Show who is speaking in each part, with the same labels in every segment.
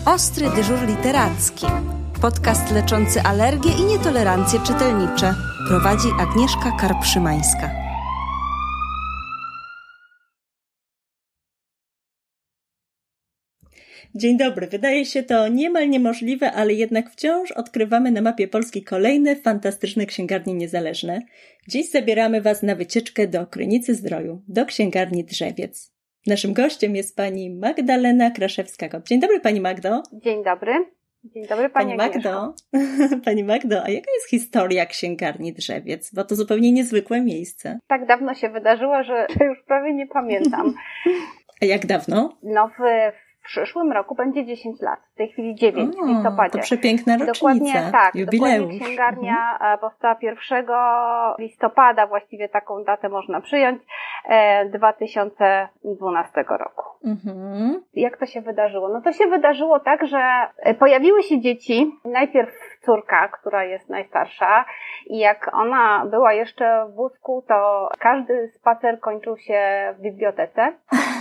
Speaker 1: Ostry dyżur literacki. Podcast leczący alergie i nietolerancje czytelnicze. Prowadzi Agnieszka Karp-Szymańska.
Speaker 2: Dzień dobry. Wydaje się to niemal niemożliwe, ale jednak wciąż odkrywamy na mapie Polski kolejne fantastyczne księgarnie niezależne. Dziś zabieramy Was na wycieczkę do Krynicy Zdroju, do księgarni Drzewiec. Naszym gościem jest pani Magdalena Kraszewska-Kot. Dzień dobry, pani Magdo.
Speaker 3: Dzień dobry. Dzień dobry, pani
Speaker 2: Magdo. Pani Magdo, a jaka jest historia księgarni Drzewiec? Bo to zupełnie niezwykłe miejsce.
Speaker 3: Tak dawno się wydarzyło, że już prawie nie pamiętam.
Speaker 2: A jak dawno?
Speaker 3: No w przyszłym roku będzie 10 lat. W tej chwili 9 w listopadzie.
Speaker 2: To przepiękna rocznica.
Speaker 3: Dokładnie tak.
Speaker 2: Jubileusz.
Speaker 3: Dokładnie księgarnia powstała 1 listopada, właściwie taką datę można przyjąć, 2012 roku. Jak to się wydarzyło? No to się wydarzyło tak, że pojawiły się dzieci. Najpierw córka, która jest najstarsza, i jak ona była jeszcze w wózku, to każdy spacer kończył się w bibliotece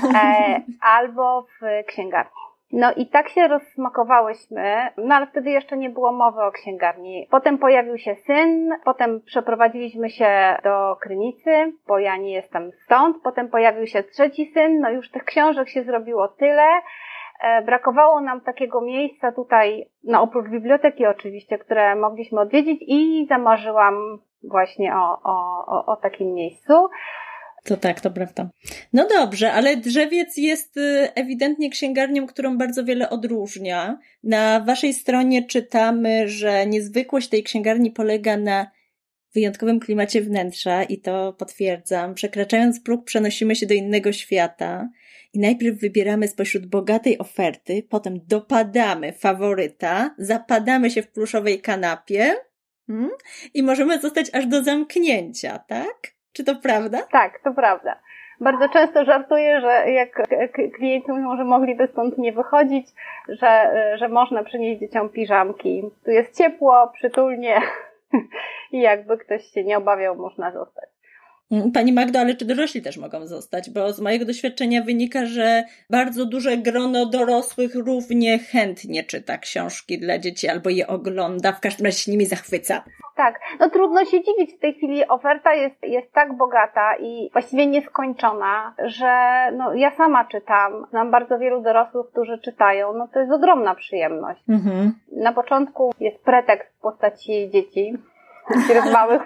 Speaker 3: albo w księgarni. No i tak się rozsmakowałyśmy, no ale wtedy jeszcze nie było mowy o księgarni. Potem pojawił się syn, potem przeprowadziliśmy się do Krynicy, bo ja nie jestem stąd. Potem pojawił się trzeci syn, no już tych książek się zrobiło tyle. Brakowało nam takiego miejsca tutaj, no oprócz biblioteki oczywiście, które mogliśmy odwiedzić, i zamarzyłam właśnie o takim miejscu.
Speaker 2: To tak, to prawda. No dobrze, ale Drzewiec jest ewidentnie księgarnią, którą bardzo wiele odróżnia. Na waszej stronie czytamy, że niezwykłość tej księgarni polega na wyjątkowym klimacie wnętrza, i to potwierdzam. Przekraczając próg, przenosimy się do innego świata i najpierw wybieramy spośród bogatej oferty, potem dopadamy faworyta, zapadamy się w pluszowej kanapie i możemy zostać aż do zamknięcia, tak? Czy to prawda?
Speaker 3: Tak, to prawda. Bardzo często żartuję, że jak klienci mówią, że mogliby stąd nie wychodzić, że można przynieść dzieciom piżamki. Tu jest ciepło, przytulnie i jakby ktoś się nie obawiał, można zostać.
Speaker 2: Pani Magdo, ale czy dorośli też mogą zostać? Bo z mojego doświadczenia wynika, że bardzo duże grono dorosłych równie chętnie czyta książki dla dzieci albo je ogląda, w każdym razie się nimi zachwyca.
Speaker 3: Tak, no trudno się dziwić, w tej chwili oferta jest tak bogata i właściwie nieskończona, że no ja sama czytam, znam bardzo wielu dorosłych, którzy czytają, no to jest ogromna przyjemność. Na początku jest pretekst w postaci dzieci, najpierw małych,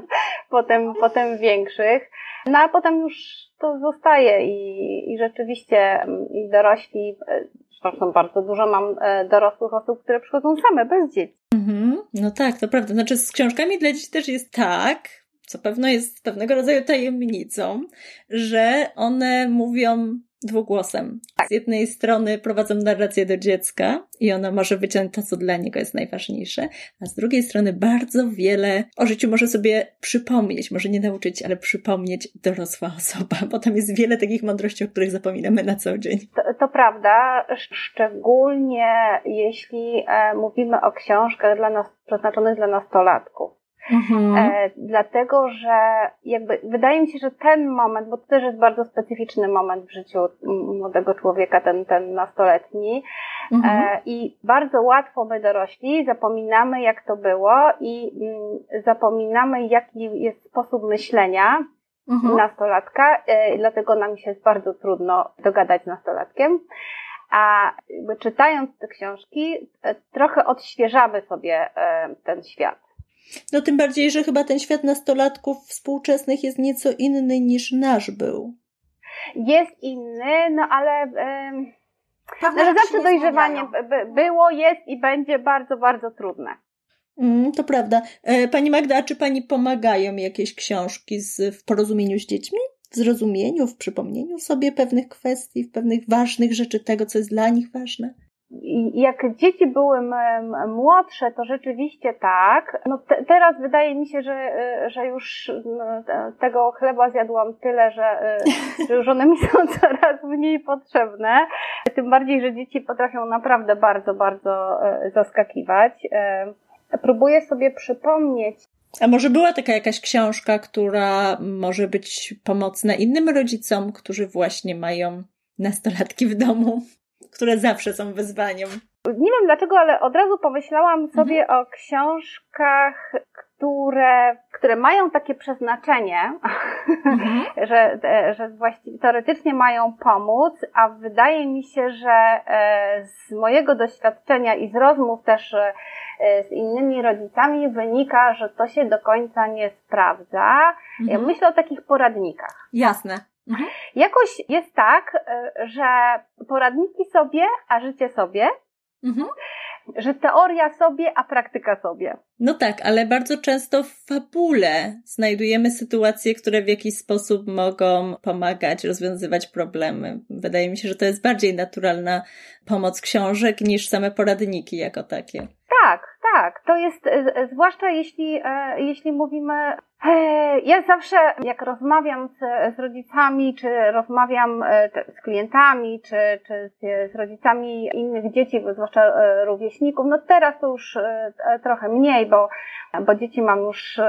Speaker 3: potem większych, no a potem już to zostaje i rzeczywiście i dorośli, zresztą bardzo dużo mam dorosłych osób, które przychodzą same, bez dzieci.
Speaker 2: No tak, to prawda. Znaczy z książkami dla dzieci też jest tak, co pewno jest pewnego rodzaju tajemnicą, że one mówią dwugłosem.
Speaker 3: Tak.
Speaker 2: Z jednej strony prowadzą narrację do dziecka i ona może wyciągnąć to, co dla niego jest najważniejsze, a z drugiej strony bardzo wiele o życiu może sobie przypomnieć, może nie nauczyć, ale przypomnieć dorosła osoba, bo tam jest wiele takich mądrości, o których zapominamy na co dzień.
Speaker 3: To prawda, szczególnie jeśli mówimy o książkach przeznaczonych dla nastolatków. Dlatego, że jakby wydaje mi się, że ten moment, bo to też jest bardzo specyficzny moment w życiu młodego człowieka, ten nastoletni, i bardzo łatwo my dorośli zapominamy, jak to było, i zapominamy, jaki jest sposób myślenia nastolatka, dlatego nam się jest bardzo trudno dogadać z nastolatkiem. A jakby czytając te książki, trochę odświeżamy sobie ten świat.
Speaker 2: No tym bardziej, że chyba ten świat nastolatków współczesnych jest nieco inny niż nasz był.
Speaker 3: Jest inny, no ale zawsze dojrzewanie było, jest i będzie bardzo, bardzo trudne.
Speaker 2: To prawda. Pani Magda, a czy pani pomagają jakieś książki w porozumieniu z dziećmi? W zrozumieniu, w przypomnieniu sobie pewnych kwestii, w pewnych ważnych rzeczy, tego, co jest dla nich ważne?
Speaker 3: Jak dzieci były młodsze, to rzeczywiście tak. No teraz wydaje mi się, że już tego chleba zjadłam tyle, że już one mi są coraz mniej potrzebne. Tym bardziej, że dzieci potrafią naprawdę bardzo, bardzo zaskakiwać. Próbuję sobie przypomnieć.
Speaker 2: A może była taka jakaś książka, która może być pomocna innym rodzicom, którzy właśnie mają nastolatki w domu, które zawsze są wyzwaniem?
Speaker 3: Nie wiem dlaczego, ale od razu pomyślałam sobie o książkach, które mają takie przeznaczenie, że właściwie teoretycznie mają pomóc, a wydaje mi się, że z mojego doświadczenia i z rozmów też z innymi rodzicami wynika, że to się do końca nie sprawdza. Ja myślę o takich poradnikach.
Speaker 2: Jasne.
Speaker 3: Jakoś jest tak, że poradniki sobie, a życie sobie, że teoria sobie, a praktyka sobie.
Speaker 2: No tak, ale bardzo często w fabule znajdujemy sytuacje, które w jakiś sposób mogą pomagać rozwiązywać problemy. Wydaje mi się, że to jest bardziej naturalna pomoc książek niż same poradniki jako takie.
Speaker 3: Tak. To jest, zwłaszcza jeśli mówimy... Ja zawsze, jak rozmawiam z rodzicami, czy rozmawiam z klientami, czy z rodzicami innych dzieci, zwłaszcza rówieśników, no teraz to już trochę mniej, bo dzieci mam już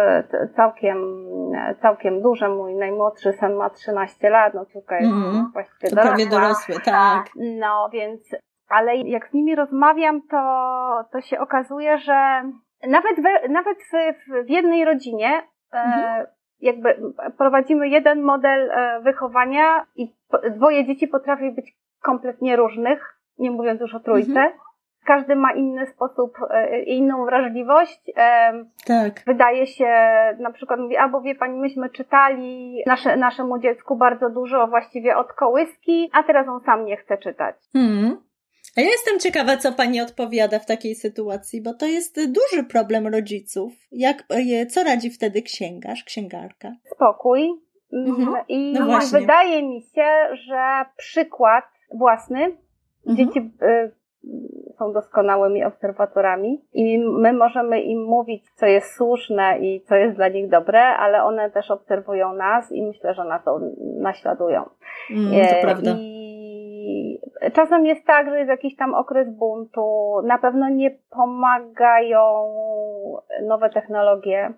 Speaker 3: całkiem duże. Mój najmłodszy syn ma 13 lat, no córka jest właściwie dorosła.
Speaker 2: Prawie dorosły, tak.
Speaker 3: No więc... Ale jak z nimi rozmawiam, to się okazuje, że nawet w jednej rodzinie jakby prowadzimy jeden model wychowania i dwoje dzieci potrafi być kompletnie różnych, nie mówiąc już o trójce. Każdy ma inny sposób, inną wrażliwość.
Speaker 2: Tak.
Speaker 3: Wydaje się, na przykład mówi, albo wie pani, myśmy czytali naszemu dziecku bardzo dużo właściwie od kołyski, a teraz on sam nie chce czytać.
Speaker 2: A ja jestem ciekawa, co pani odpowiada w takiej sytuacji, bo to jest duży problem rodziców. Co radzi wtedy księgarka?
Speaker 3: Spokój. I no wydaje mi się, że przykład własny, dzieci są doskonałymi obserwatorami i my możemy im mówić, co jest słuszne i co jest dla nich dobre, ale one też obserwują nas i myślę, że nas to naśladują.
Speaker 2: To prawda.
Speaker 3: I czasem jest tak, że jest jakiś tam okres buntu, na pewno nie pomagają nowe technologie.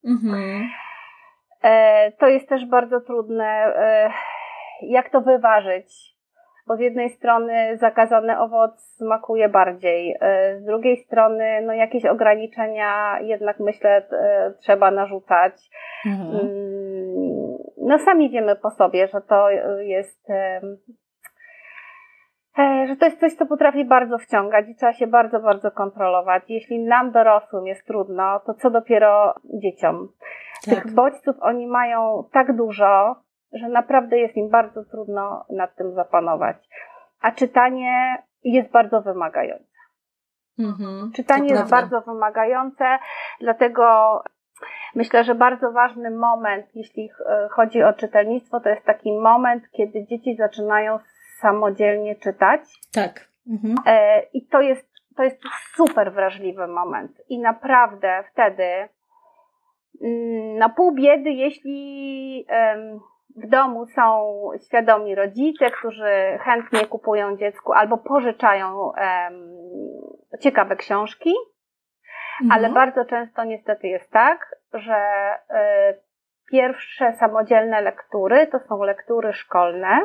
Speaker 3: To jest też bardzo trudne, jak to wyważyć, bo z jednej strony zakazany owoc smakuje bardziej, z drugiej strony no jakieś ograniczenia jednak myślę trzeba narzucać. No sami wiemy po sobie, że to jest coś, co potrafi bardzo wciągać i trzeba się bardzo, bardzo kontrolować. Jeśli nam dorosłym jest trudno, to co dopiero dzieciom.
Speaker 2: Tak.
Speaker 3: Tych bodźców oni mają tak dużo, że naprawdę jest im bardzo trudno nad tym zapanować. A czytanie jest bardzo wymagające. Czytanie jest bardzo wymagające, dlatego myślę, że bardzo ważny moment, jeśli chodzi o czytelnictwo, to jest taki moment, kiedy dzieci zaczynają samodzielnie czytać.
Speaker 2: Tak.
Speaker 3: I to jest super wrażliwy moment. I naprawdę wtedy na pół biedy, jeśli w domu są świadomi rodzice, którzy chętnie kupują dziecku albo pożyczają ciekawe książki, ale bardzo często niestety jest tak, że pierwsze samodzielne lektury to są lektury szkolne,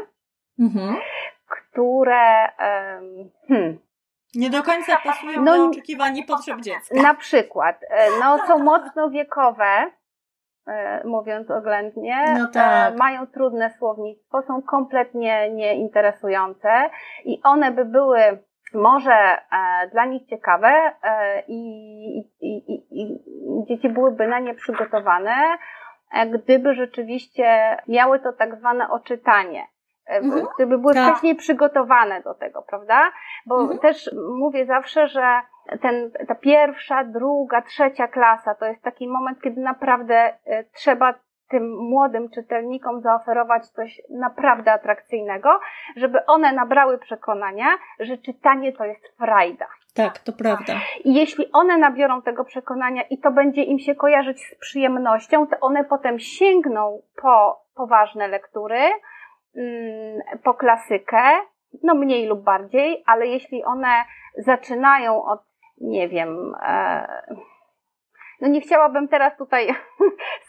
Speaker 3: które
Speaker 2: nie do końca pasują do oczekiwań i potrzeb dziecka.
Speaker 3: Na przykład, są mocno wiekowe, mówiąc oględnie, mają trudne słownictwo, są kompletnie nieinteresujące i one by były może dla nich ciekawe i dzieci byłyby na nie przygotowane, gdyby rzeczywiście miały to tak zwane oczytanie. Gdyby były wcześniej przygotowane do tego, prawda? Bo też mówię zawsze, że ta pierwsza, druga, trzecia klasa to jest taki moment, kiedy naprawdę trzeba tym młodym czytelnikom zaoferować coś naprawdę atrakcyjnego, żeby one nabrały przekonania, że czytanie to jest frajda.
Speaker 2: Tak, to prawda.
Speaker 3: I jeśli one nabiorą tego przekonania i to będzie im się kojarzyć z przyjemnością, to one potem sięgną po poważne lektury, po klasykę, no mniej lub bardziej, ale jeśli one zaczynają od, nie wiem, no nie chciałabym teraz tutaj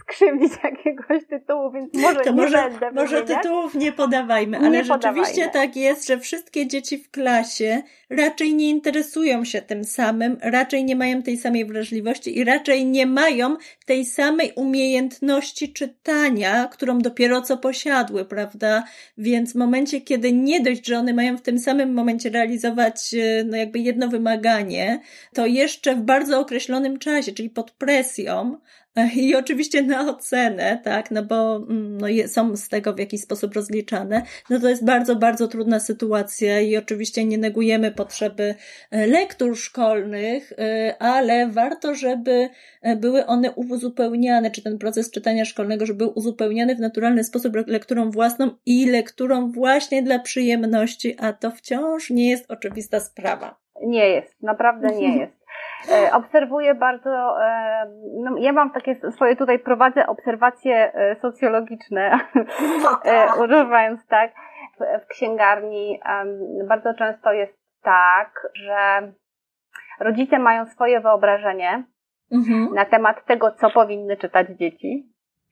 Speaker 3: skrzywdzić jakiegoś tytułu, więc może
Speaker 2: to
Speaker 3: nie
Speaker 2: może,
Speaker 3: będę
Speaker 2: może
Speaker 3: wymieniać.
Speaker 2: tytułów nie podawajmy, ale rzeczywiście tak jest, że wszystkie dzieci w klasie raczej nie interesują się tym samym, raczej nie mają tej samej wrażliwości i raczej nie mają tej samej umiejętności czytania, którą dopiero co posiadły, prawda? Więc w momencie, kiedy nie dość, że one mają w tym samym momencie realizować no jakby jedno wymaganie, to jeszcze w bardzo określonym czasie, czyli pod presją i oczywiście na ocenę, tak, no bo no są z tego w jakiś sposób rozliczane, no to jest bardzo, bardzo trudna sytuacja i oczywiście nie negujemy potrzeby lektur szkolnych, ale warto, żeby były one uzupełniane, czy ten proces czytania szkolnego, żeby był uzupełniany w naturalny sposób lekturą własną i lekturą właśnie dla przyjemności, a to wciąż nie jest oczywista sprawa.
Speaker 3: Nie jest, naprawdę nie jest. Obserwuję bardzo, no ja mam takie swoje, tutaj prowadzę obserwacje socjologiczne, używając tak, w księgarni bardzo często jest tak, że rodzice mają swoje wyobrażenie na temat tego, co powinny czytać dzieci.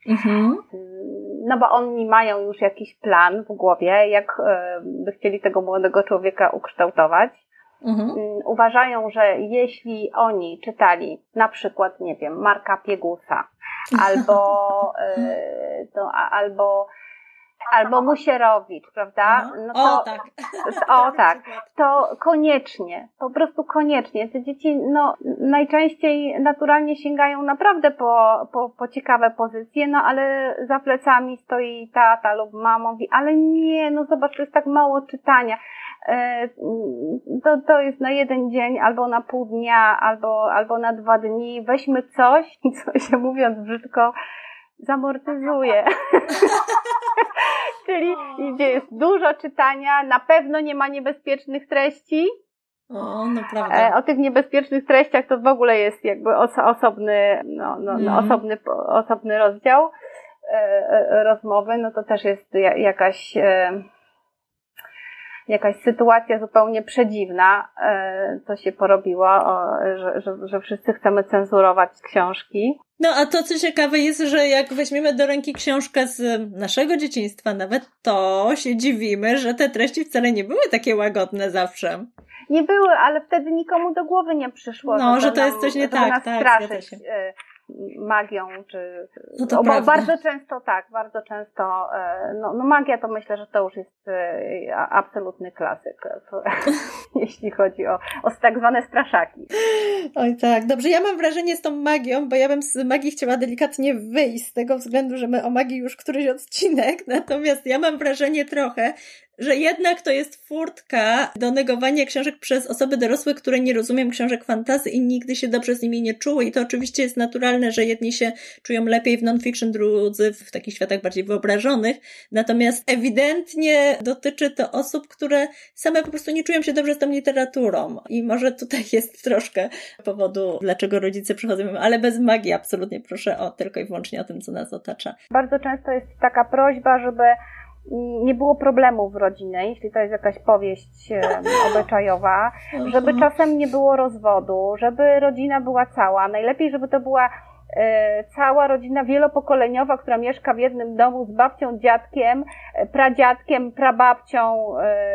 Speaker 3: No bo oni mają już jakiś plan w głowie, jak by chcieli tego młodego człowieka ukształtować. Uważają, że jeśli oni czytali na przykład, nie wiem, Marka Piegusa albo Musierowicz, prawda? No to, to koniecznie, po prostu koniecznie. Te dzieci no najczęściej naturalnie sięgają naprawdę po ciekawe pozycje, no ale za plecami stoi tata lub mama, mówi, ale nie, no zobacz, to jest tak mało czytania. To jest na jeden dzień, albo na pół dnia, albo na 2 dni. Weźmy coś, co się mówiąc brzydko, zamortyzuje. Czyli gdzie jest dużo czytania, na pewno nie ma niebezpiecznych treści.
Speaker 2: O, naprawdę.
Speaker 3: O tych niebezpiecznych treściach to w ogóle jest jakby osobny rozdział rozmowy. No to też jest jakaś sytuacja zupełnie przedziwna, co się porobiło, że wszyscy chcemy cenzurować książki.
Speaker 2: No a to, co ciekawe jest, że jak weźmiemy do ręki książkę z naszego dzieciństwa nawet, to się dziwimy, że te treści wcale nie były takie łagodne zawsze.
Speaker 3: Nie były, ale wtedy nikomu do głowy nie przyszło,
Speaker 2: że to jest coś nie tak,
Speaker 3: straszyć magią, czy...
Speaker 2: No to prawda.
Speaker 3: Bardzo często, no magia to myślę, że to już jest absolutny klasyk, jeśli chodzi o tak zwane straszaki.
Speaker 2: Oj tak, dobrze, ja mam wrażenie z tą magią, bo ja bym z magii chciała delikatnie wyjść z tego względu, że my o magii już któryś odcinek, natomiast ja mam wrażenie trochę, że jednak to jest furtka do negowania książek przez osoby dorosłe, które nie rozumieją książek fantasy i nigdy się dobrze z nimi nie czuły i to oczywiście jest naturalne, że jedni się czują lepiej w non-fiction, drudzy w takich światach bardziej wyobrażonych, natomiast ewidentnie dotyczy to osób, które same po prostu nie czują się dobrze z tą literaturą i może tutaj jest troszkę powodu, dlaczego rodzice przychodzą, ale bez magii absolutnie proszę tylko i wyłącznie o tym, co nas otacza.
Speaker 3: Bardzo często jest taka prośba, żeby nie było problemów w rodzinie, jeśli to jest jakaś powieść obyczajowa, żeby czasem nie było rozwodu, żeby rodzina była cała. Najlepiej, żeby to była cała rodzina wielopokoleniowa, która mieszka w jednym domu z babcią, dziadkiem, pradziadkiem, prababcią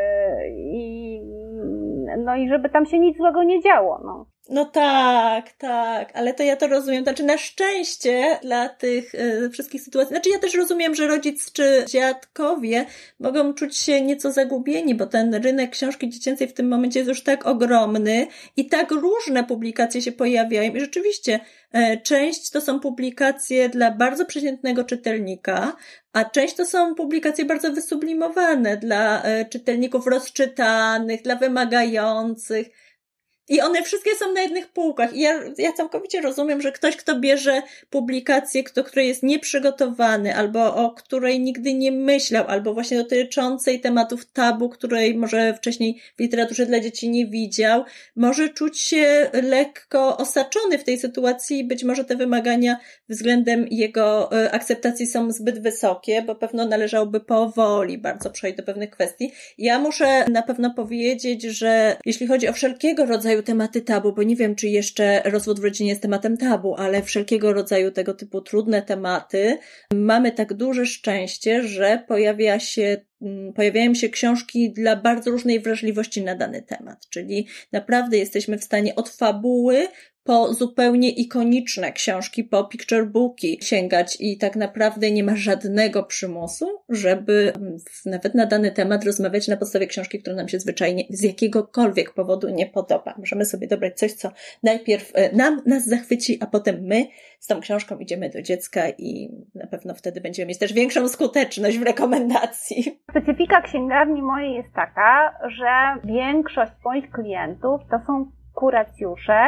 Speaker 3: i żeby tam się nic złego nie działo.
Speaker 2: No tak, ale to ja to rozumiem. Znaczy na szczęście dla tych wszystkich sytuacji, znaczy ja też rozumiem, że rodzic czy dziadkowie mogą czuć się nieco zagubieni, bo ten rynek książki dziecięcej w tym momencie jest już tak ogromny i tak różne publikacje się pojawiają i rzeczywiście część to są publikacje dla bardzo przeciętnego czytelnika, a część to są publikacje bardzo wysublimowane dla czytelników rozczytanych, dla wymagających. I one wszystkie są na jednych półkach. I ja całkowicie rozumiem, że ktoś, kto bierze publikację, do której jest nieprzygotowany, albo o której nigdy nie myślał, albo właśnie dotyczącej tematów tabu, której może wcześniej w literaturze dla dzieci nie widział, może czuć się lekko osaczony w tej sytuacji i być może te wymagania względem jego akceptacji są zbyt wysokie, bo pewno należałoby powoli bardzo przejść do pewnych kwestii. Ja muszę na pewno powiedzieć, że jeśli chodzi o wszelkiego rodzaju rodzaju tematy tabu, bo nie wiem, czy jeszcze rozwód w rodzinie jest tematem tabu, ale wszelkiego rodzaju tego typu trudne tematy, mamy tak duże szczęście, że pojawiają się książki dla bardzo różnej wrażliwości na dany temat, czyli naprawdę jesteśmy w stanie od fabuły po zupełnie ikoniczne książki, po picture booki sięgać i tak naprawdę nie ma żadnego przymusu, żeby nawet na dany temat rozmawiać na podstawie książki, która nam się zwyczajnie z jakiegokolwiek powodu nie podoba. Możemy sobie dobrać coś, co najpierw nas zachwyci, a potem my z tą książką idziemy do dziecka i na pewno wtedy będziemy mieć też większą skuteczność w rekomendacji.
Speaker 3: Specyfika księgarni mojej jest taka, że większość moich klientów to są kuracjusze,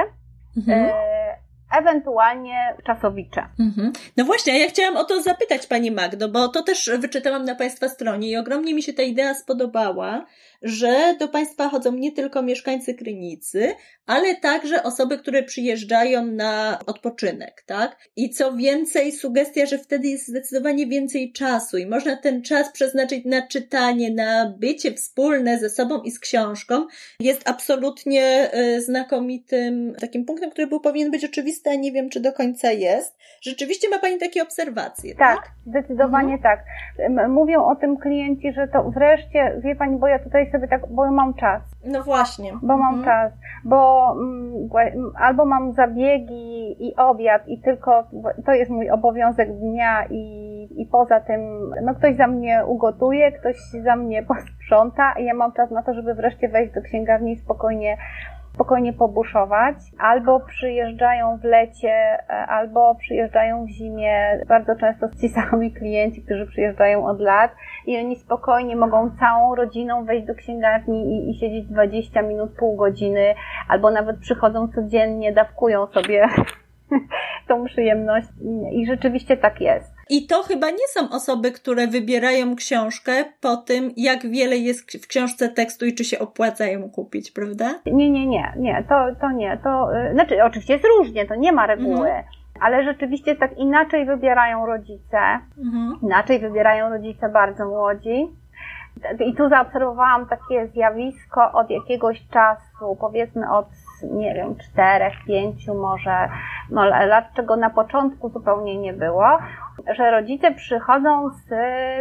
Speaker 3: ewentualnie czasowicze.
Speaker 2: No właśnie, a ja chciałam o to zapytać Pani Magdo, bo to też wyczytałam na Państwa stronie i ogromnie mi się ta idea spodobała, że do Państwa chodzą nie tylko mieszkańcy Krynicy, ale także osoby, które przyjeżdżają na odpoczynek, tak? I co więcej, sugestia, że wtedy jest zdecydowanie więcej czasu i można ten czas przeznaczyć na czytanie, na bycie wspólne ze sobą i z książką, jest absolutnie znakomitym takim punktem, który powinien być oczywisty, a nie wiem, czy do końca jest. Rzeczywiście ma Pani takie obserwacje, tak?
Speaker 3: Tak, zdecydowanie tak. Mówią o tym klienci, że to wreszcie, wie Pani, bo ja tutaj sobie tak, bo mam czas.
Speaker 2: No właśnie.
Speaker 3: Bo mam czas, bo albo mam zabiegi i obiad i tylko to jest mój obowiązek dnia i poza tym no ktoś za mnie ugotuje, ktoś za mnie posprząta i ja mam czas na to, żeby wreszcie wejść do księgarni i spokojnie pobuszować, albo przyjeżdżają w lecie, albo przyjeżdżają w zimie. Bardzo często ci sami klienci, którzy przyjeżdżają od lat i oni spokojnie mogą całą rodziną wejść do księgarni i siedzieć 20 minut, pół godziny, albo nawet przychodzą codziennie, dawkują sobie tą przyjemność i rzeczywiście tak jest.
Speaker 2: I to chyba nie są osoby, które wybierają książkę po tym, jak wiele jest w książce tekstu i czy się opłaca ją kupić, prawda?
Speaker 3: Nie, to nie. Znaczy, oczywiście jest różnie, to nie ma reguły. Ale rzeczywiście tak inaczej wybierają rodzice. Inaczej wybierają rodzice bardzo młodzi. I tu zaobserwowałam takie zjawisko od jakiegoś czasu, powiedzmy od, nie wiem, 4, 5 może lat, czego na początku zupełnie nie było, że rodzice przychodzą z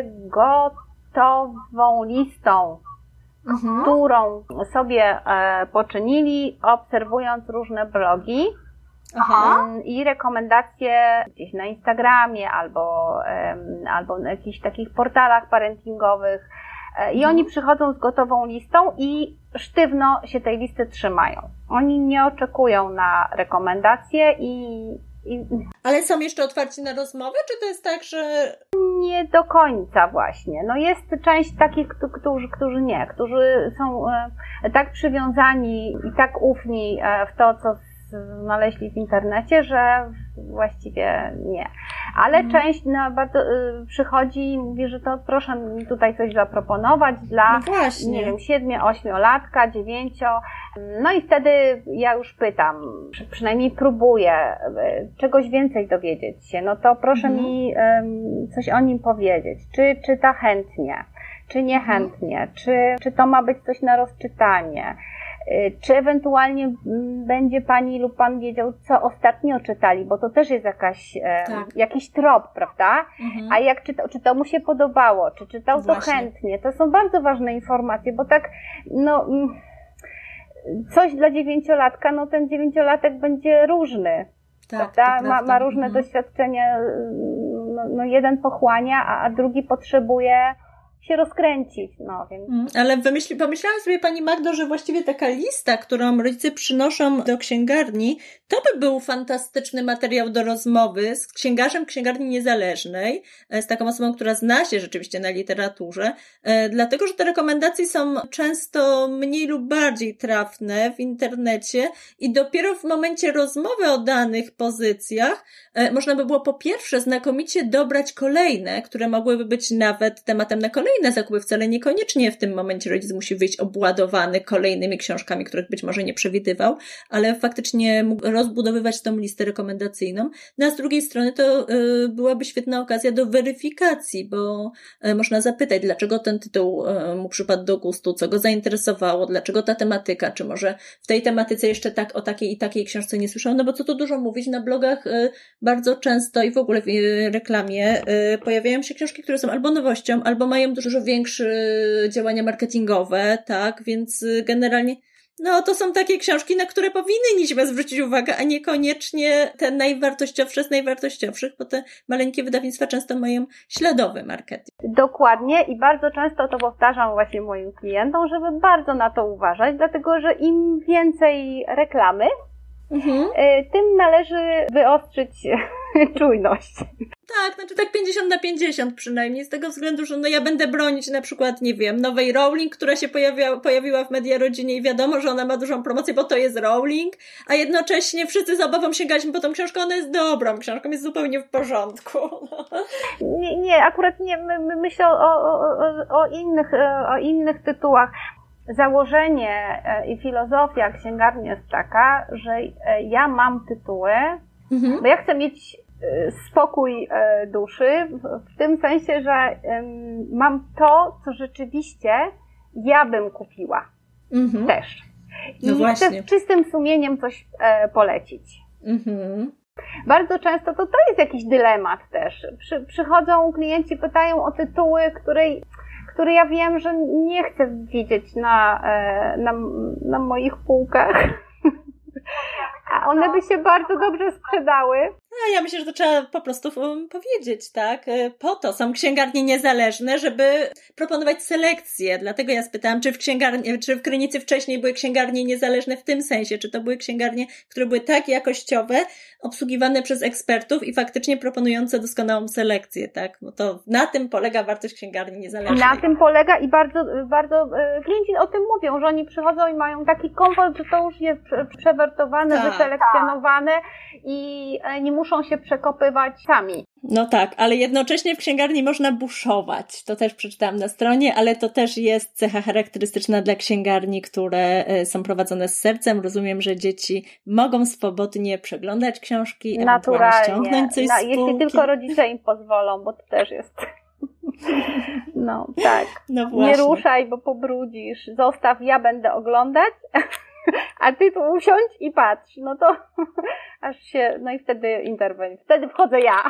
Speaker 3: gotową listą, którą sobie poczynili, obserwując różne blogi. I rekomendacje gdzieś na Instagramie albo na jakichś takich portalach parentingowych i oni przychodzą z gotową listą i sztywno się tej listy trzymają. Oni nie oczekują na rekomendacje
Speaker 2: Ale są jeszcze otwarci na rozmowę, czy to jest tak, że...
Speaker 3: Nie do końca właśnie. No jest część takich, którzy nie, którzy są tak przywiązani i tak ufni w to, co znaleźli w internecie, że właściwie nie. Ale część bardzo przychodzi i mówi, że to proszę mi tutaj coś zaproponować dla, nie wiem, 7-8-latka, 9. No i wtedy ja już pytam, przynajmniej próbuję czegoś więcej dowiedzieć się, no to proszę mi coś o nim powiedzieć. Czy czyta chętnie, czy niechętnie, czy to ma być coś na rozczytanie. Czy ewentualnie będzie Pani lub Pan wiedział, co ostatnio czytali, bo to też jest jakiś trop, prawda? A jak czy to mu się podobało, czy czytał to chętnie. To są bardzo ważne informacje, bo tak, coś dla 9-latka, no ten 9-latek będzie różny, prawda? Ma różne doświadczenia, no jeden pochłania, a drugi potrzebuje się rozkręcić, więc...
Speaker 2: Ale pomyślałam sobie, Pani Magdo, że właściwie taka lista, którą rodzice przynoszą do księgarni, to by był fantastyczny materiał do rozmowy z księgarzem księgarni niezależnej, z taką osobą, która zna się rzeczywiście na literaturze, dlatego, że te rekomendacje są często mniej lub bardziej trafne w internecie i dopiero w momencie rozmowy o danych pozycjach można by było po pierwsze znakomicie dobrać kolejne, które mogłyby być nawet tematem na kolejny kolejne zakupy. Wcale niekoniecznie w tym momencie rodzic musi wyjść obładowany kolejnymi książkami, których być może nie przewidywał, ale faktycznie mógł rozbudowywać tą listę rekomendacyjną. No a z drugiej strony to byłaby świetna okazja do weryfikacji, bo można zapytać, dlaczego ten tytuł mu przypadł do gustu, co go zainteresowało, dlaczego ta tematyka, czy może w tej tematyce jeszcze tak o takiej i takiej książce nie słyszał, no bo co tu dużo mówić, na blogach bardzo często i w ogóle w reklamie pojawiają się książki, które są albo nowością, albo mają dużo większe działania marketingowe, tak, więc generalnie no to są takie książki, na które powinniśmy zwrócić uwagę, a niekoniecznie te najwartościowsze z najwartościowszych, bo te maleńkie wydawnictwa często mają śladowy marketing.
Speaker 3: Dokładnie i bardzo często to powtarzam właśnie moim klientom, żeby bardzo na to uważać, dlatego że im więcej reklamy, tym należy wyostrzyć czujność.
Speaker 2: Tak, znaczy tak 50/50 przynajmniej, z tego względu, że no ja będę bronić na przykład, nie wiem, nowej Rowling, która się pojawiła w Media Rodzinie i wiadomo, że ona ma dużą promocję, bo to jest Rowling, a jednocześnie wszyscy z obawą sięgaliśmy po tą książkę, ona jest dobrą książką, jest zupełnie w porządku. No.
Speaker 3: Nie, akurat nie, myślę o innych tytułach. Założenie i filozofia księgarni jest taka, że ja mam tytuły, bo ja chcę mieć spokój duszy, w tym sensie, że mam to, co rzeczywiście ja bym kupiła też. I chcę z czystym sumieniem coś polecić. Bardzo często to jest jakiś dylemat też. Przychodzą klienci, pytają o tytuły, które ja wiem, że nie chcę widzieć na moich półkach. A one by się bardzo dobrze sprzedały.
Speaker 2: No, ja myślę, że to trzeba po prostu powiedzieć, tak? Po to są księgarnie niezależne, żeby proponować selekcję. Dlatego ja spytałam, czy w Krynicy wcześniej były księgarnie niezależne w tym sensie, czy to były księgarnie, które były tak jakościowe, obsługiwane przez ekspertów i faktycznie proponujące doskonałą selekcję, tak? Bo to na tym polega wartość księgarni niezależnej.
Speaker 3: Na tym polega i bardzo, bardzo klienci o tym mówią, że oni przychodzą i mają taki komfort, że to już jest przewertowane, wyselekcjonowane i nie muszą się przekopywać sami.
Speaker 2: No tak, ale jednocześnie w księgarni można buszować. To też przeczytałam na stronie, ale to też jest cecha charakterystyczna dla księgarni, które są prowadzone z sercem. Rozumiem, że dzieci mogą swobodnie przeglądać książki, ewentualnie ściągnąć coś z półki.
Speaker 3: Jeśli tylko rodzice im pozwolą, bo to też jest... No tak.
Speaker 2: No właśnie.
Speaker 3: Nie ruszaj, bo pobrudzisz. Zostaw, ja będę oglądać. A ty tu usiądź i patrz, no to aż się, no i wtedy wtedy wchodzę ja.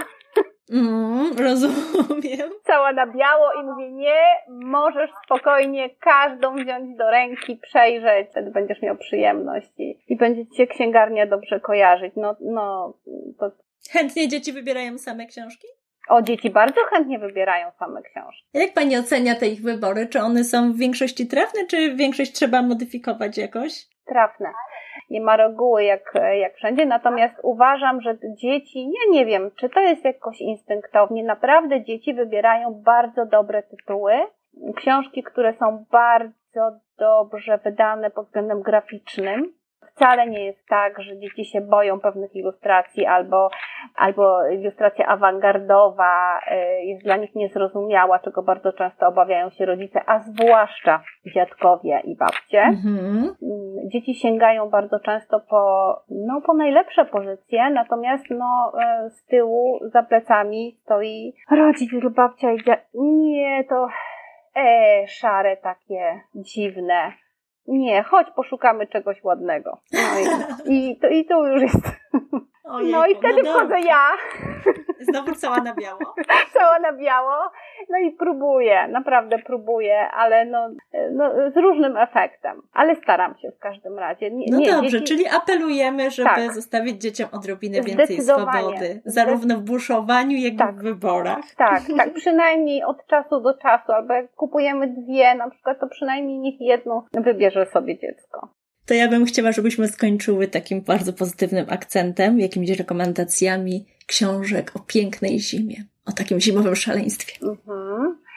Speaker 2: Rozumiem.
Speaker 3: Cała na biało i mówię, nie, możesz spokojnie każdą wziąć do ręki, przejrzeć, wtedy będziesz miał przyjemność i będzie ci się księgarnia dobrze kojarzyć. To...
Speaker 2: Chętnie dzieci wybierają same książki?
Speaker 3: Dzieci bardzo chętnie wybierają same książki.
Speaker 2: Jak pani ocenia te ich wybory? Czy one są w większości trafne, czy większość trzeba modyfikować jakoś?
Speaker 3: Trafne. Nie ma reguły jak wszędzie, natomiast uważam, że dzieci, nie wiem, czy to jest jakoś instynktownie, naprawdę dzieci wybierają bardzo dobre tytuły, książki, które są bardzo dobrze wydane pod względem graficznym. Wcale nie jest tak, że dzieci się boją pewnych ilustracji albo ilustracja awangardowa jest dla nich niezrozumiała, czego bardzo często obawiają się rodzice, a zwłaszcza dziadkowie i babcie. Dzieci sięgają bardzo często po najlepsze pozycje, natomiast z tyłu, za plecami stoi rodzic lub babcia i dziad. Nie, to szare takie dziwne. Nie, chodź poszukamy czegoś ładnego. I to już jest.
Speaker 2: Ojejku,
Speaker 3: no i wtedy wchodzę ja.
Speaker 2: Znowu cała na biało.
Speaker 3: Cała na biało. No i próbuję, naprawdę próbuję, ale z różnym efektem. Ale staram się w każdym razie.
Speaker 2: Dobrze, czyli apelujemy, żeby zostawić dzieciom odrobinę więcej swobody. Zarówno w buszowaniu, jak i w wyborach.
Speaker 3: Tak. Przynajmniej od czasu do czasu. Albo jak kupujemy dwie, na przykład, to przynajmniej niech jedną wybierze sobie dziecko.
Speaker 2: To ja bym chciała, żebyśmy skończyły takim bardzo pozytywnym akcentem, jakimiś rekomendacjami książek o pięknej zimie, o takim zimowym szaleństwie.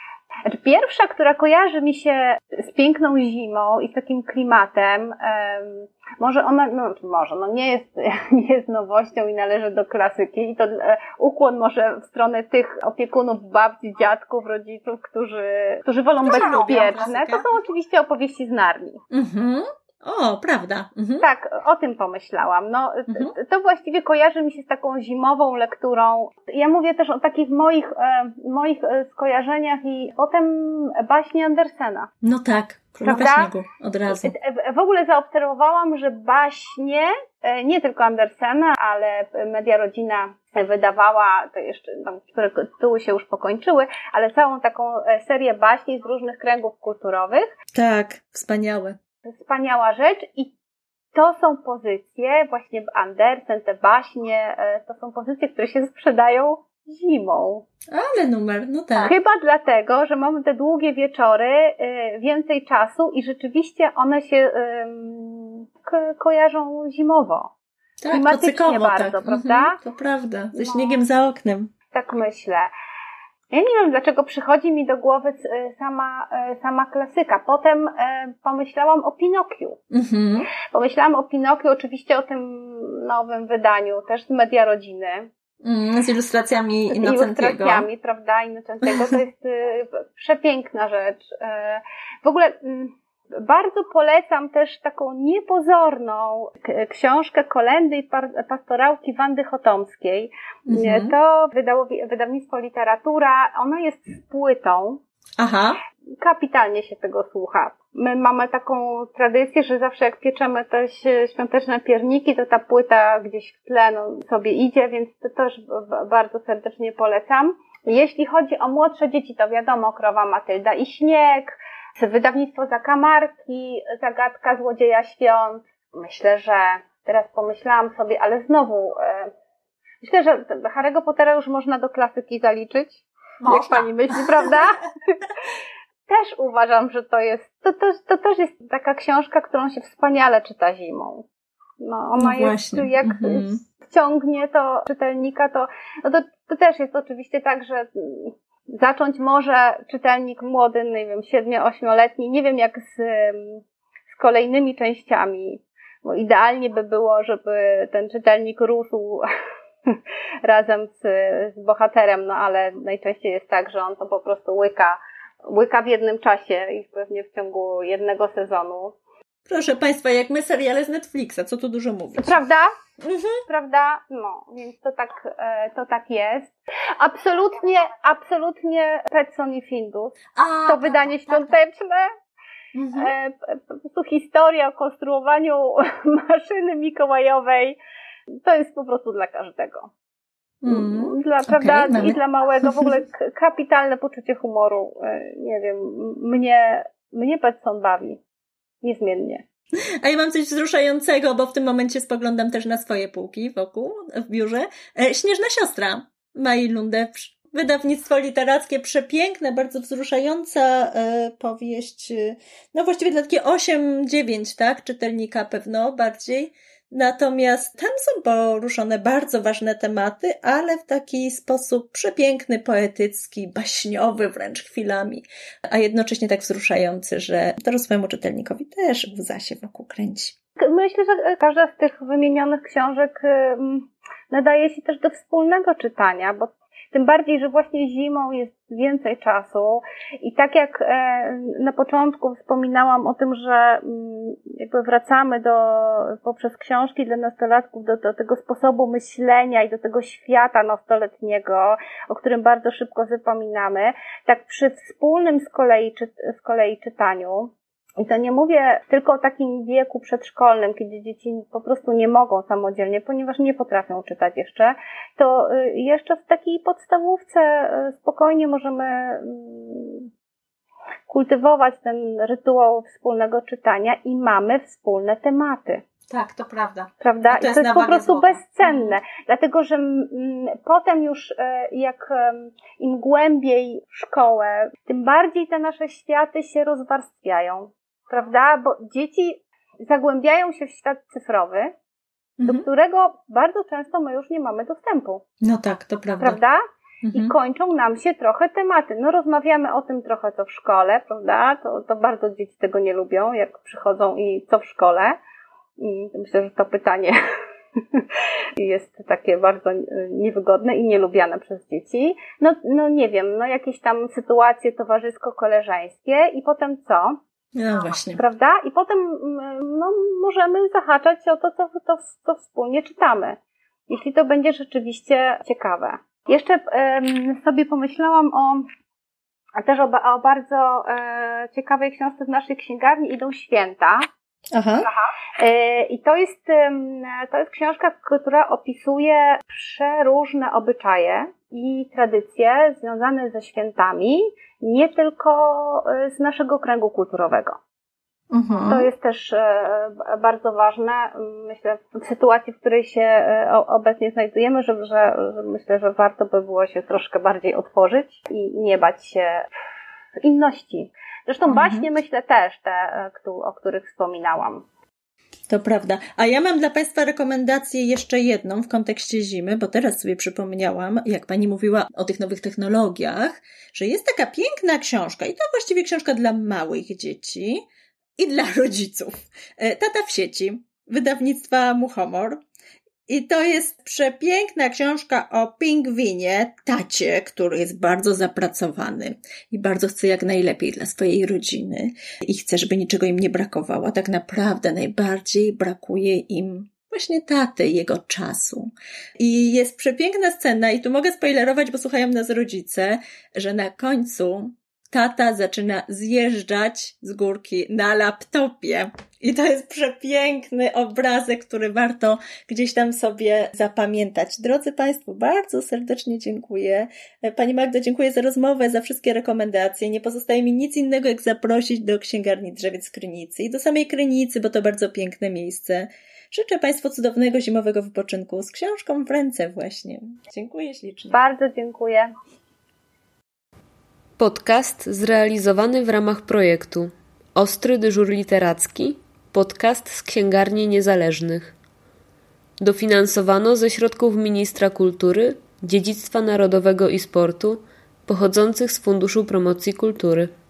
Speaker 3: Znaczy, pierwsza, która kojarzy mi się z piękną zimą i z takim klimatem, może ona, nie jest nowością i należy do klasyki i to ukłon może w stronę tych opiekunów, babci, dziadków, rodziców, którzy wolą bezpieczne. To są oczywiście opowieści z Narni.
Speaker 2: Mhm. O, prawda. Mhm.
Speaker 3: Tak, o tym pomyślałam. To właściwie kojarzy mi się z taką zimową lekturą. Ja mówię też o takich moich skojarzeniach i potem baśnie Andersena.
Speaker 2: No tak, Królowa Śniegu od razu.
Speaker 3: W ogóle zaobserwowałam, że baśnie, nie tylko Andersena, ale Media Rodzina wydawała, to jeszcze, które tytuły się już pokończyły, ale całą taką serię baśni z różnych kręgów kulturowych.
Speaker 2: Tak, wspaniałe.
Speaker 3: Wspaniała rzecz i to są pozycje, właśnie Andersen, te baśnie, to są pozycje, które się sprzedają zimą.
Speaker 2: Ale numer, no tak.
Speaker 3: Chyba dlatego, że mamy te długie wieczory, więcej czasu i rzeczywiście one się kojarzą zimowo.
Speaker 2: Tak,
Speaker 3: klimatycznie bardzo,
Speaker 2: tak.
Speaker 3: prawda?
Speaker 2: To prawda, ze śniegiem za oknem.
Speaker 3: Tak myślę. Ja nie wiem, dlaczego przychodzi mi do głowy sama klasyka. Potem pomyślałam o Pinokiu.
Speaker 2: Mhm.
Speaker 3: Pomyślałam o Pinokiu, oczywiście o tym nowym wydaniu, też z Media Rodziny.
Speaker 2: Z ilustracjami Innocentiego.
Speaker 3: Z ilustracjami, prawda, Innocentiego. To jest przepiękna rzecz. W ogóle bardzo polecam też taką niepozorną książkę Kolendy i pastorałki Wandy Chotomskiej.
Speaker 2: Mhm.
Speaker 3: To wydało wydawnictwo Literatura. Ona jest z płytą.
Speaker 2: Aha.
Speaker 3: Kapitalnie się tego słucha. My mamy taką tradycję, że zawsze jak pieczemy te świąteczne pierniki, to ta płyta gdzieś w tle sobie idzie, więc to też bardzo serdecznie polecam. Jeśli chodzi o młodsze dzieci, to wiadomo, Krowa Matylda i Śnieg, wydawnictwo Zakamarki, Zagadka Złodzieja Świąt. Myślę, że teraz pomyślałam sobie, ale znowu myślę, że Harry'ego Pottera już można do klasyki zaliczyć.
Speaker 2: Można.
Speaker 3: Jak pani myśli, prawda? Też uważam, że to też jest taka książka, którą się wspaniale czyta zimą. Ona jest, jak wciągnie to czytelnika, to też jest oczywiście tak, że zacząć może czytelnik młody, nie wiem, 7-8-letni, nie wiem jak z kolejnymi częściami, bo idealnie by było, żeby ten czytelnik rósł razem z bohaterem, ale najczęściej jest tak, że on to po prostu łyka w jednym czasie i pewnie w ciągu jednego sezonu.
Speaker 2: Proszę Państwa, jak my seriale z Netflixa, co tu dużo mówić.
Speaker 3: Prawda?
Speaker 2: Mhm.
Speaker 3: Prawda? No, więc to tak jest. Absolutnie Petson i Findus. To wydanie świąteczne.
Speaker 2: Mhm.
Speaker 3: Po prostu historia o konstruowaniu maszyny mikołajowej. To jest po prostu dla każdego. Prawda? I dla małego. W ogóle kapitalne poczucie humoru. Nie wiem, mnie Petson bawi. Niezmiennie.
Speaker 2: A ja mam coś wzruszającego, bo w tym momencie spoglądam też na swoje półki wokół, w biurze. Śnieżna siostra Mai Lundewicz. Wydawnictwo literackie, przepiękne, bardzo wzruszająca powieść. No właściwie dla takie 8-9, tak? Czytelnika pewno bardziej. Natomiast tam są poruszone bardzo ważne tematy, ale w taki sposób przepiękny, poetycki, baśniowy wręcz chwilami, a jednocześnie tak wzruszający, że dorosłemu czytelnikowi też łza się wokół kręci.
Speaker 3: Myślę, że każda z tych wymienionych książek nadaje się też do wspólnego czytania, bo tym bardziej, że właśnie zimą jest więcej czasu i tak jak na początku wspominałam o tym, że jakby wracamy poprzez książki dla nastolatków do tego sposobu myślenia i do tego świata nastoletniego, o którym bardzo szybko zapominamy, tak przy wspólnym z kolei czytaniu. I to nie mówię tylko o takim wieku przedszkolnym, kiedy dzieci po prostu nie mogą samodzielnie, ponieważ nie potrafią czytać jeszcze, to jeszcze w takiej podstawówce spokojnie możemy kultywować ten rytuał wspólnego czytania i mamy wspólne tematy.
Speaker 2: Tak, to prawda.
Speaker 3: Prawda? I to jest po prostu bezcenne, dlatego że potem już jak im głębiej w szkołę, tym bardziej te nasze światy się rozwarstwiają. Prawda? Bo dzieci zagłębiają się w świat cyfrowy, do którego bardzo często my już nie mamy dostępu.
Speaker 2: No tak, to prawda.
Speaker 3: Prawda? I kończą nam się trochę tematy. No rozmawiamy o tym trochę, co w szkole, prawda? To bardzo dzieci tego nie lubią, jak przychodzą i co w szkole. I myślę, że to pytanie jest takie bardzo niewygodne i nielubiane przez dzieci. No nie wiem, no jakieś tam sytuacje towarzysko-koleżeńskie i potem co?
Speaker 2: No właśnie.
Speaker 3: Prawda? I potem możemy zahaczać o to, co wspólnie czytamy. Jeśli to będzie rzeczywiście ciekawe. Jeszcze sobie pomyślałam też o bardzo ciekawej książce w naszej księgarni Idą święta.
Speaker 2: Aha.
Speaker 3: I to jest książka, która opisuje przeróżne obyczaje i tradycje związane ze świętami, nie tylko z naszego kręgu kulturowego. To jest też bardzo ważne, myślę, w sytuacji, w której się obecnie znajdujemy, że myślę, że warto by było się troszkę bardziej otworzyć i nie bać się inności. Zresztą baśnie myślę też te, o których wspominałam.
Speaker 2: To prawda. A ja mam dla Państwa rekomendację jeszcze jedną w kontekście zimy, bo teraz sobie przypomniałam, jak Pani mówiła o tych nowych technologiach, że jest taka piękna książka i to właściwie książka dla małych dzieci i dla rodziców. Tata w sieci, wydawnictwa Muchomor. I to jest przepiękna książka o pingwinie, tacie, który jest bardzo zapracowany i bardzo chce jak najlepiej dla swojej rodziny i chce, żeby niczego im nie brakowało. A tak naprawdę najbardziej brakuje im właśnie taty, jego czasu. I jest przepiękna scena i tu mogę spoilerować, bo słuchają nas rodzice, że na końcu tata zaczyna zjeżdżać z górki na laptopie. I to jest przepiękny obrazek, który warto gdzieś tam sobie zapamiętać. Drodzy Państwo, bardzo serdecznie dziękuję. Pani Magdo, dziękuję za rozmowę, za wszystkie rekomendacje. Nie pozostaje mi nic innego, jak zaprosić do księgarni Drzewiec w Krynicy i do samej Krynicy, bo to bardzo piękne miejsce. Życzę Państwu cudownego zimowego wypoczynku z książką w ręce właśnie. Dziękuję ślicznie.
Speaker 3: Bardzo dziękuję.
Speaker 4: Podcast zrealizowany w ramach projektu Ostry dyżur literacki, podcast z Księgarni Niezależnych. Dofinansowano ze środków Ministra Kultury, Dziedzictwa Narodowego i Sportu pochodzących z Funduszu Promocji Kultury.